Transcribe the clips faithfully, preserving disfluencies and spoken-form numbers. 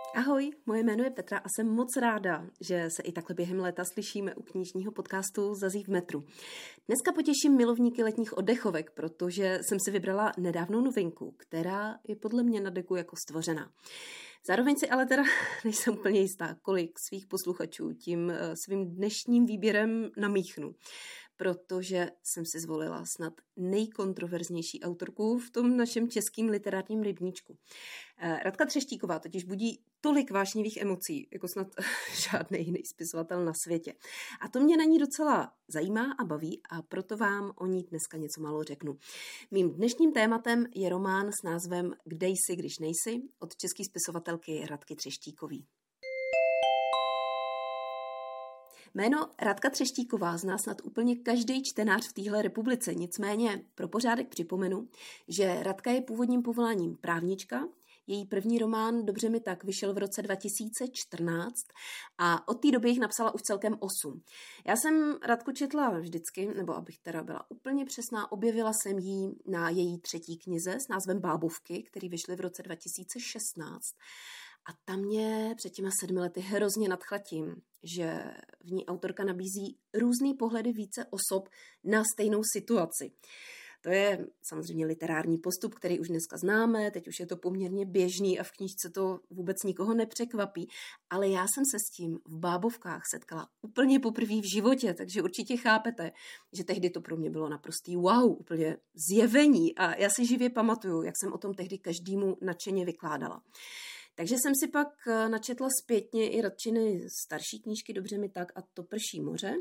Ahoj, moje jméno je Petra a jsem moc ráda, že se i takhle během léta slyšíme u knižního podcastu Zazí v metru. Dneska potěším milovníky letních oddechovek, protože jsem si vybrala nedávnou novinku, která je podle mě na deku jako stvořená. Zároveň si ale teda nejsem úplně jistá, kolik svých posluchačů tím svým dnešním výběrem namíchnu, protože jsem si zvolila snad nejkontroverznější autorku v tom našem českým literárním rybníčku. Radka Třeštíková totiž budí tolik vášnivých emocí, jako snad žádný jiný spisovatel na světě. A to mě na ní docela zajímá a baví a proto vám o ní dneska něco málo řeknu. Mým dnešním tématem je román s názvem Kde jsi, když nejsi od české spisovatelky Radky Třeštíkové. Jméno Radka Třeštíková zná snad úplně každý čtenář v téhle republice, nicméně pro pořádek připomenu, že Radka je původním povoláním právnička. Její první román Dobře mi tak vyšel v roce dva tisíce čtrnáct a od té doby jich napsala už celkem osm. Já jsem Radku četla vždycky, nebo abych teda byla úplně přesná, objevila jsem ji na její třetí knize s názvem Bábovky, který vyšly v roce dva tisíce šestnáct. A tam mě před těma sedmi lety hrozně nadchla tím, že v ní autorka nabízí různý pohledy více osob na stejnou situaci. To je samozřejmě literární postup, který už dneska známe, teď už je to poměrně běžný a v knížce to vůbec nikoho nepřekvapí, ale já jsem se s tím v Bábovkách setkala úplně poprvé v životě, takže určitě chápete, že tehdy to pro mě bylo naprostý wow, úplně zjevení a já si živě pamatuju, jak jsem o tom tehdy každému nadšeně vykládala. Takže jsem si pak načetla zpětně i Radčiny starší knížky Dobře mi tak a To prší moře.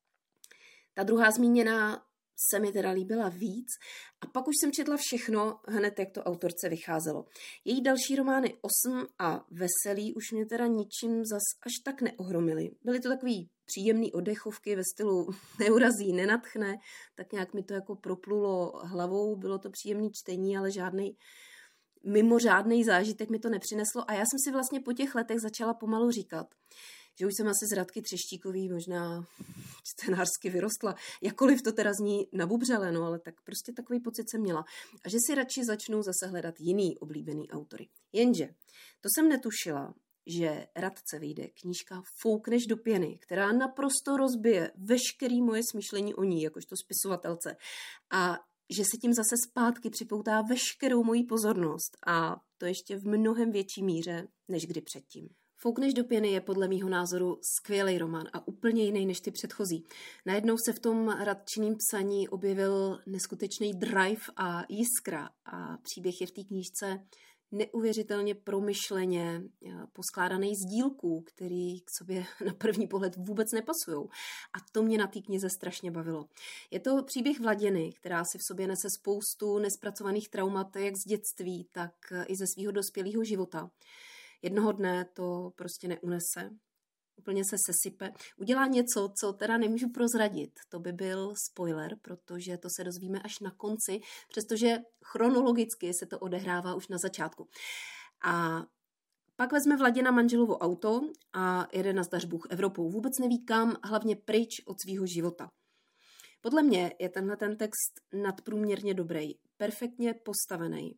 Ta druhá zmíněná se mi teda líbila víc a pak už jsem četla všechno hned, jak to autorce vycházelo. Její další romány Osm a Veselí už mě teda ničím zas až tak neohromily. Byly to takový příjemný oddechovky ve stylu neurazí, nenadchne, tak nějak mi to jako proplulo hlavou, bylo to příjemný čtení, ale žádnej mimořádný zážitek mi to nepřineslo a já jsem si vlastně po těch letech začala pomalu říkat, že už jsem asi z Radky Třeštíkový možná čtenářsky vyrostla, jakkoliv to teda zní nabubřele, no ale tak prostě takový pocit jsem měla. A že si radši začnu zase hledat jiný oblíbený autory. Jenže to jsem netušila, že Radce vyjde knížka Foukneš do pěny, která naprosto rozbije veškerý moje smýšlení o ní, jakožto spisovatelce. A že se tím zase zpátky připoutá veškerou moji pozornost a to ještě v mnohem větší míře, než kdy předtím. Foukneš do pěny je podle mýho názoru skvělý román a úplně jiný než ty předchozí. Najednou se v tom Radčiným psaní objevil neskutečný drive a jiskra a příběh je v té knížce neuvěřitelně promyšleně poskládaný z dílků, který k sobě na první pohled vůbec nepasujou. A to mě na té knize strašně bavilo. Je to příběh Vladěny, která si v sobě nese spoustu nespracovaných traumat jak z dětství, tak i ze svého dospělého života. Jednoho dne to prostě neunese, úplně se sesype. Udělá něco, co teda nemůžu prozradit. To by byl spoiler, protože to se dozvíme až na konci, přestože chronologicky se to odehrává už na začátku. A pak vezme Vladěna manželovo auto a jede na zdař Bůh Evropou. Vůbec neví kam, hlavně pryč od svého života. Podle mě je tenhle ten text nadprůměrně dobrý, perfektně postavený.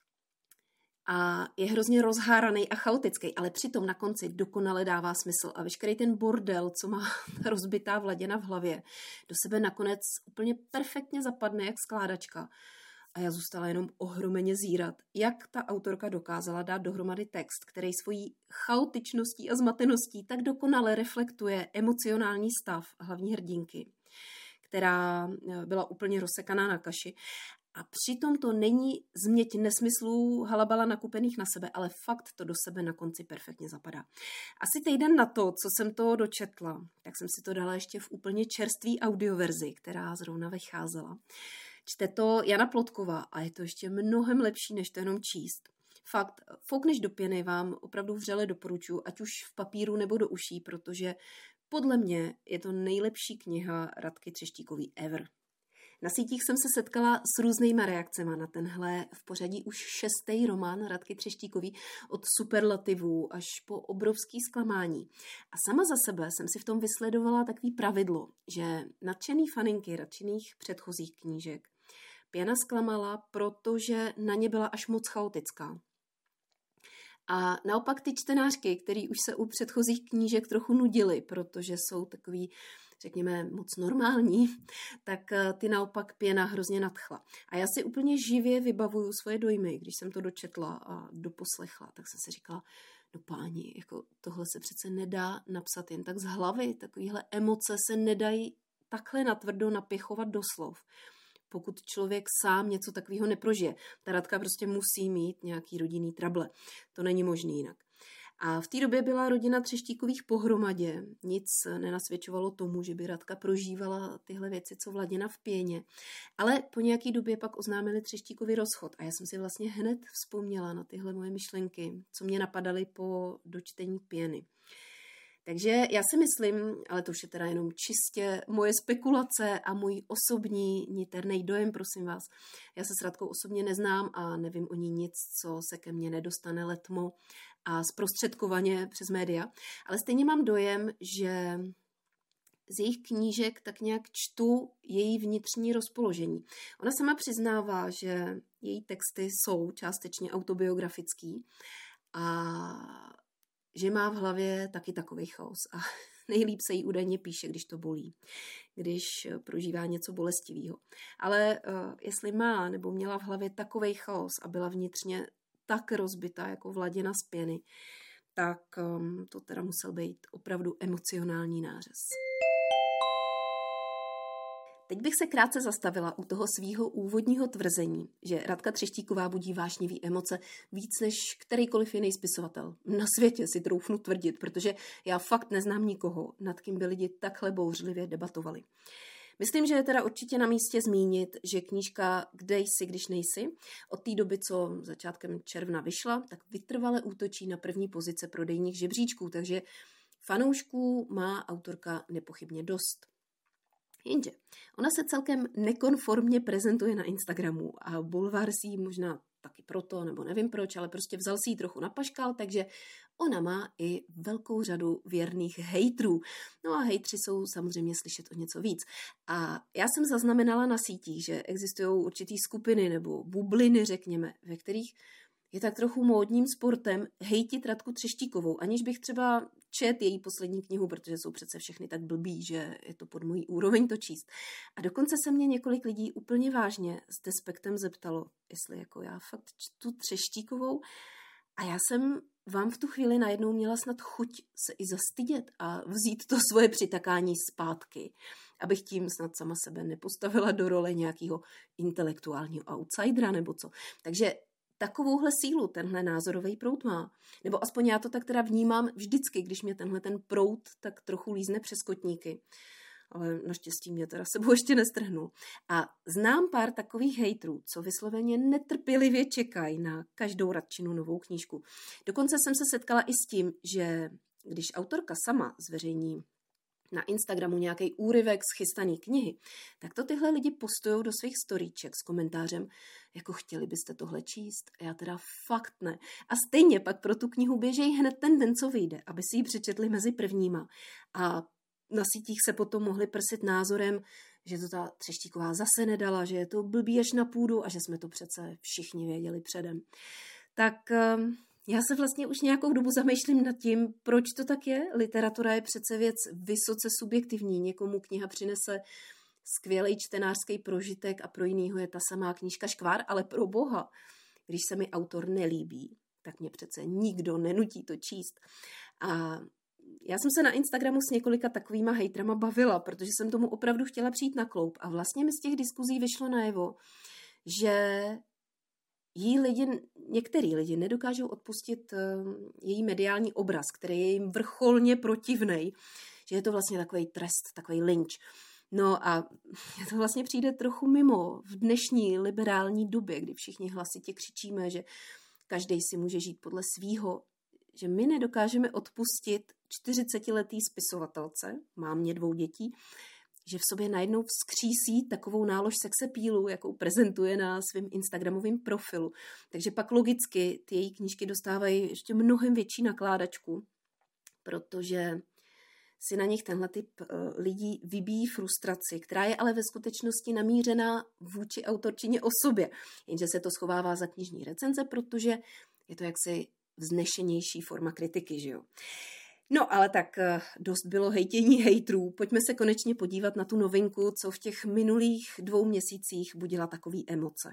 A je hrozně rozháraný a chaotický, ale přitom na konci dokonale dává smysl a veškerý ten bordel, co má rozbitá Vladěna v hlavě, do sebe nakonec úplně perfektně zapadne jak skládačka. A já zůstala jenom ohromeně zírat, jak ta autorka dokázala dát dohromady text, který svojí chaotičností a zmateností tak dokonale reflektuje emocionální stav hlavní hrdinky, která byla úplně rozsekaná na kaši. A přitom to není změť nesmyslů halabala nakupených na sebe, ale fakt to do sebe na konci perfektně zapadá. Asi týden na to, co jsem to dočetla, tak jsem si to dala ještě v úplně čerstvý audioverzi, která zrovna vycházela. Čte to Jana Plotková a je to ještě mnohem lepší, než to jenom číst. Fakt, Foukneš do pěny vám opravdu vřele doporučuji, ať už v papíru nebo do uší, protože podle mě je to nejlepší kniha Radky Třeštíkový ever. Na sítích jsem se setkala s různýma reakcemi na tenhle v pořadí už šestý román Radky Třeštíkový od superlativů až po obrovský zklamání. A sama za sebe jsem si v tom vysledovala takový pravidlo, že nadšený faninky Radčiných předchozích knížek Pěna zklamala, protože na ně byla až moc chaotická. A naopak ty čtenářky, který už se u předchozích knížek trochu nudily, protože jsou takový, řekněme, moc normální, tak ty naopak Pěna hrozně nadchla. A já si úplně živě vybavuju svoje dojmy, když jsem to dočetla a doposlechla, tak jsem si říkala, no páni, jako tohle se přece nedá napsat jen tak z hlavy, takovýhle emoce se nedají takhle natvrdo napěchovat do slov, pokud člověk sám něco takového neprožije. Ta Radka prostě musí mít nějaký rodinný trable. To není možný jinak. A v té době byla rodina Třeštíkových pohromadě. Nic nenasvědčovalo tomu, že by Radka prožívala tyhle věci, co Vladina v Pěně. Ale po nějaké době pak oznámili Třeštíkovi rozchod. A já jsem si vlastně hned vzpomněla na tyhle moje myšlenky, co mě napadaly po dočtení Pěny. Takže já si myslím, ale to už je teda jenom čistě moje spekulace a můj osobní niterný dojem, prosím vás. Já se s Radkou osobně neznám a nevím o ní nic, co se ke mně nedostane letmo a zprostředkovaně přes média. Ale stejně mám dojem, že z jejich knížek tak nějak čtu její vnitřní rozpoložení. Ona sama přiznává, že její texty jsou částečně autobiografický a že má v hlavě taky takový chaos a nejlíp se jí údajně píše, když to bolí, když prožívá něco bolestivého. Ale uh, jestli má nebo měla v hlavě takovej chaos a byla vnitřně tak rozbitá jako Vladina z Pěny, tak um, to teda musel být opravdu emocionální nářez. Teď bych se krátce zastavila u toho svýho úvodního tvrzení, že Radka Třeštíková budí vášnivý emoce víc než kterýkoliv jiný spisovatel. Na světě si troufnu tvrdit, protože já fakt neznám nikoho, nad kým by lidi takhle bouřlivě debatovali. Myslím, že je teda určitě na místě zmínit, že knížka Kde jsi, když nejsi, od té doby, co začátkem června vyšla, tak vytrvale útočí na první pozice prodejních žebříčků, takže fanoušků má autorka nepochybně dost. Jenže ona se celkem nekonformně prezentuje na Instagramu a Bulvár si ji možná taky proto, nebo nevím proč, ale prostě vzal si ji trochu na paškal, takže ona má i velkou řadu věrných hejtrů. No a hejtři jsou samozřejmě slyšet o něco víc. A já jsem zaznamenala na sítích, že existují určitý skupiny nebo bubliny, řekněme, ve kterých je tak trochu módním sportem hejtit Radku Třeštíkovou, aniž bych třeba čet její poslední knihu, protože jsou přece všechny tak blbý, že je to pod mojí úroveň to číst. A dokonce se mě několik lidí úplně vážně s despektem zeptalo, jestli jako já fakt čtu Třeštíkovou. A já jsem vám v tu chvíli najednou měla snad chuť se i zastydět a vzít to svoje přitakání zpátky, abych tím snad sama sebe nepostavila do role nějakého intelektuálního outsidera nebo co. Takže takovouhle sílu tenhle názorový proud má. Nebo aspoň já to tak teda vnímám vždycky, když mě tenhle ten proud tak trochu lízne přes kotníky. Ale naštěstí mě teda sebou ještě nestrhnul. A znám pár takových hejtrů, co vysloveně netrpělivě čekají na každou Radčinu novou knížku. Dokonce jsem se setkala i s tím, že když autorka sama zveřejní na Instagramu nějaký úryvek z chystaný knihy, tak to tyhle lidi postujou do svých storíček s komentářem, jako chtěli byste tohle číst. A já teda fakt ne. A stejně pak pro tu knihu běžejí hned ten den, co vyjde, aby si ji přečetli mezi prvníma. A na sítích se potom mohli prsit názorem, že to ta Třeštíková zase nedala, že je to blbý až na půdu a že jsme to přece všichni věděli předem. Tak já se vlastně už nějakou dobu zamýšlím nad tím, proč to tak je. Literatura je přece věc vysoce subjektivní. Někomu kniha přinese skvělý čtenářský prožitek a pro jinýho je ta samá knížka škvár, ale pro boha, když se mi autor nelíbí, tak mě přece nikdo nenutí to číst. A já jsem se na Instagramu s několika takovýma hejtrama bavila, protože jsem tomu opravdu chtěla přijít na kloup. A vlastně mi z těch diskuzí vyšlo najevo, že jí lidi, některý lidi nedokážou odpustit její mediální obraz, který je jim vrcholně protivnej, že je to vlastně takový trest, takový lynč. No a to vlastně přijde trochu mimo v dnešní liberální době, kdy všichni hlasitě křičíme, že každej si může žít podle svýho, že my nedokážeme odpustit čtyřicetiletý spisovatelce, mámě dvou dětí, že v sobě najednou vzkřísí takovou nálož sexapílu, jakou prezentuje na svém instagramovém profilu. Takže pak logicky ty její knížky dostávají ještě mnohem větší nakládačku, protože si na nich tenhle typ lidí vybíjí frustraci, která je ale ve skutečnosti namířená vůči autorčině osobě. Jenže se to schovává za knižní recenze, protože je to jaksi vznešenější forma kritiky, že jo. No, ale tak dost bylo hejtění hejtrů. Pojďme se konečně podívat na tu novinku, co v těch minulých dvou měsících budila takový emoce.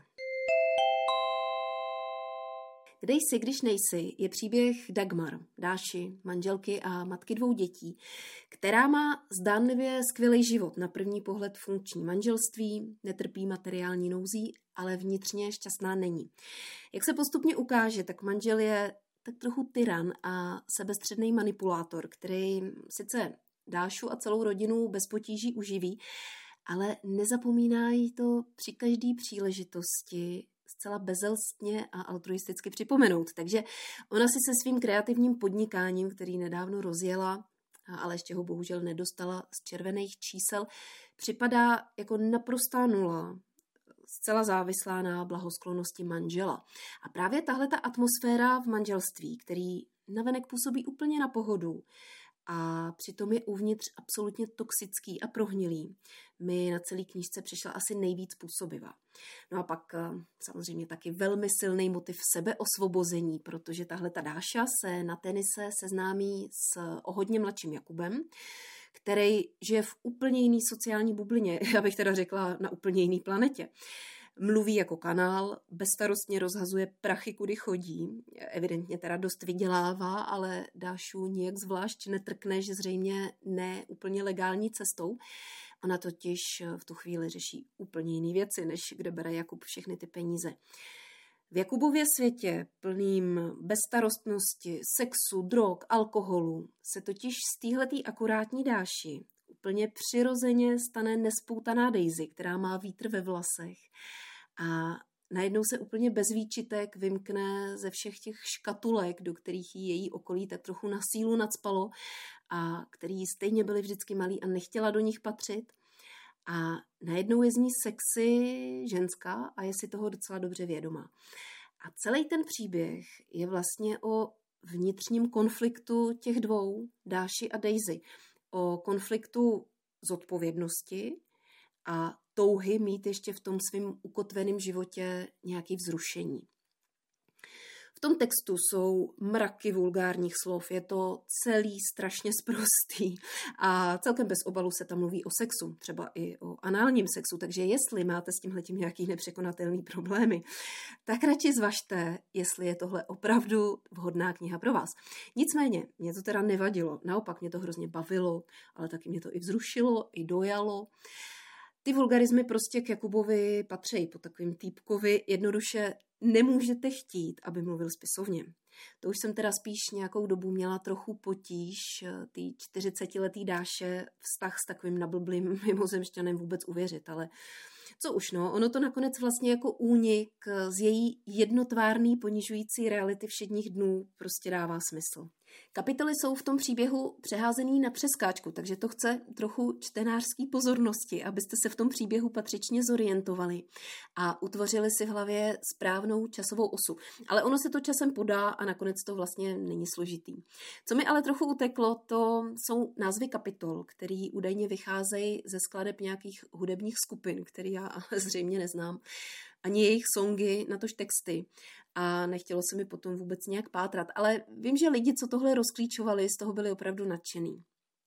Kde jsi, když nejsi, je příběh Dagmar, Dáši, manželky a matky dvou dětí, která má zdánlivě skvělý život, na první pohled funkční manželství, netrpí materiální nouzí, ale vnitřně šťastná není. Jak se postupně ukáže, tak manžel je tak trochu tyran a sebestředný manipulátor, který sice Dášu a celou rodinu bez potíží uživí, ale nezapomíná jí to při každé příležitosti zcela bezelstně a altruisticky připomenout. Takže ona si se svým kreativním podnikáním, který nedávno rozjela, ale ještě ho bohužel nedostala z červených čísel, připadá jako naprostá nula, zcela závislá na blahosklonnosti manžela. A právě tahle ta atmosféra v manželství, který navenek působí úplně na pohodu a přitom je uvnitř absolutně toxický a prohnilý, mi na celý knížce přišla asi nejvíc působivá. No a pak samozřejmě taky velmi silný motiv sebeosvobození, protože tahle ta Dáša se na tenise seznámí s o hodně mladším Jakubem, který žije v úplně jiný sociální bublině, já bych teda řekla na úplně jiný planetě. Mluví jako kanál, bezstarostně rozhazuje prachy, kudy chodí, evidentně teda dost vydělává, ale Dášu nijak zvlášť netrkne, že zřejmě ne úplně legální cestou. Ona totiž v tu chvíli řeší úplně jiné věci, než kde bere Jakub všechny ty peníze. V Jakubově světě, plným bezstarostnosti, sexu, drog, alkoholu, se totiž z téhletý akurátní Dáši úplně přirozeně stane nespoutaná Daisy, která má vítr ve vlasech a najednou se úplně bez výčitek vymkne ze všech těch škatulek, do kterých jí její okolí tak trochu na sílu nacpalo a který stejně byly vždycky malý a nechtěla do nich patřit. A najednou je z ní sexy ženská a je si toho docela dobře vědomá. A celý ten příběh je vlastně o vnitřním konfliktu těch dvou, Dáši a Daisy. O konfliktu zodpovědnosti a touhy mít ještě v tom svém ukotveném životě nějaké vzrušení. V tom textu jsou mraky vulgárních slov, je to celý strašně sprostý a celkem bez obalu se tam mluví o sexu, třeba i o análním sexu, takže jestli máte s tímhletím nějaký nepřekonatelný problémy, tak radši zvažte, jestli je tohle opravdu vhodná kniha pro vás. Nicméně, mě to teda nevadilo, naopak mě to hrozně bavilo, ale taky mě to i vzrušilo, i dojalo. Ty vulgarizmy prostě k Jakubovi patří po takovým týpkovi, jednoduše nemůžete chtít, aby mluvil spisovně. To už jsem teda spíš nějakou dobu měla trochu potíž, ty čtyřicetiletý Dáše vztah s takovým nablblým mimozemšťanem vůbec uvěřit, ale co už no, ono to nakonec vlastně jako únik z její jednotvárný ponižující reality všedních dnů prostě dává smysl. Kapitoly jsou v tom příběhu přeházený na přeskáčku, takže to chce trochu čtenářský pozornosti, abyste se v tom příběhu patřičně zorientovali a utvořili si v hlavě správnou časovou osu. Ale ono se to časem podá a nakonec to vlastně není složitý. Co mi ale trochu uteklo, to jsou názvy kapitol, které údajně vycházejí ze skladeb nějakých hudebních skupin, které já zřejmě neznám, ani jejich songy, natož texty. A nechtělo se mi potom vůbec nějak pátrat. Ale vím, že lidi, co tohle rozklíčovali, z toho byli opravdu nadšený.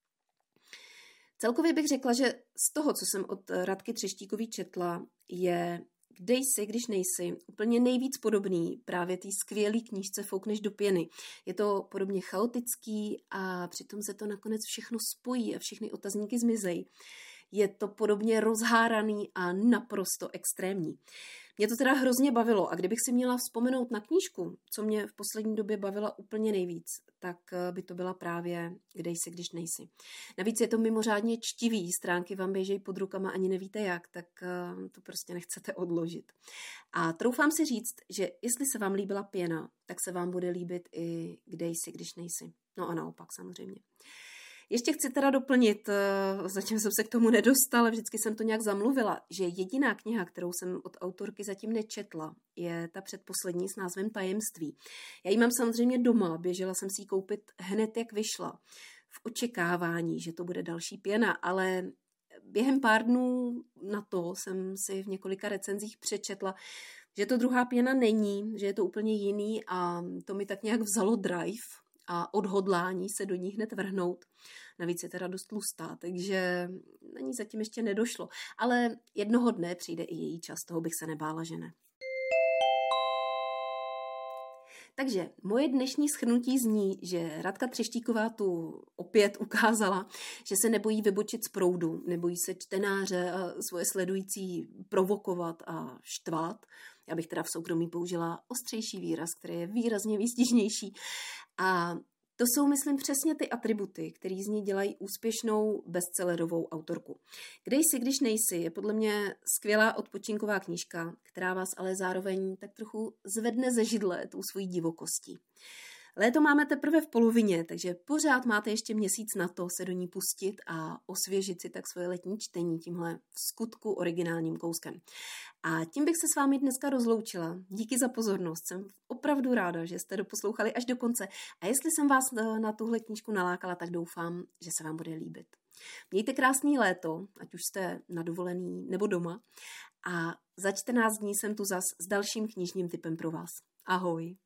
Celkově bych řekla, že z toho, co jsem od Radky Třeštíkový četla, je Kde jsi, když nejsi, úplně nejvíc podobný právě té skvělé knížce Foukneš do pěny. Je to podobně chaotický a přitom se to nakonec všechno spojí a všechny otazníky zmizejí. Je to podobně rozháraný a naprosto extrémní. Mě to teda hrozně bavilo a kdybych si měla vzpomenout na knížku, co mě v poslední době bavila úplně nejvíc, tak by to byla právě Kde jsi, když nejsi. Navíc je to mimořádně čtivý, stránky vám běžejí pod rukama, ani nevíte jak, tak to prostě nechcete odložit. A troufám si říct, že jestli se vám líbila Pěna, tak se vám bude líbit i Kde jsi, když nejsi. No a naopak samozřejmě. Ještě chci teda doplnit, zatím jsem se k tomu nedostala, vždycky jsem to nějak zamluvila, že jediná kniha, kterou jsem od autorky zatím nečetla, je ta předposlední s názvem Tajemství. Já ji mám samozřejmě doma, běžela jsem si ji koupit hned, jak vyšla, v očekávání, že to bude další Pěna, ale během pár dnů na to jsem si v několika recenzích přečetla, že to druhá pěna není, že je to úplně jiný a to mi tak nějak vzalo drive a odhodlání se do ní hned vrhnout. Navíc je teda dost tlustá, takže na ní zatím ještě nedošlo. Ale jednoho dne přijde i její čas, toho bych se nebála, že ne. Takže moje dnešní shrnutí zní, že Radka Třeštíková tu opět ukázala, že se nebojí vybočit z proudu, nebojí se čtenáře a svoje sledující provokovat a štvát. Já bych teda v soukromí použila ostřejší výraz, který je výrazně výstižnější. A to jsou, myslím, přesně ty atributy, které z ní dělají úspěšnou bestsellerovou autorku. Kde jsi, když nejsi, je podle mě skvělá odpočinková knížka, která vás ale zároveň tak trochu zvedne ze židle tou svojí divokostí. Léto máme teprve v polovině, takže pořád máte ještě měsíc na to se do ní pustit a osvěžit si tak svoje letní čtení tímhle v skutku originálním kouskem. A tím bych se s vámi dneska rozloučila. Díky za pozornost, jsem opravdu ráda, že jste doposlouchali až do konce. A jestli jsem vás na tuhle knížku nalákala, tak doufám, že se vám bude líbit. Mějte krásný léto, ať už jste na dovolený nebo doma. A za čtrnáct dní jsem tu zas s dalším knižním tipem pro vás. Ahoj!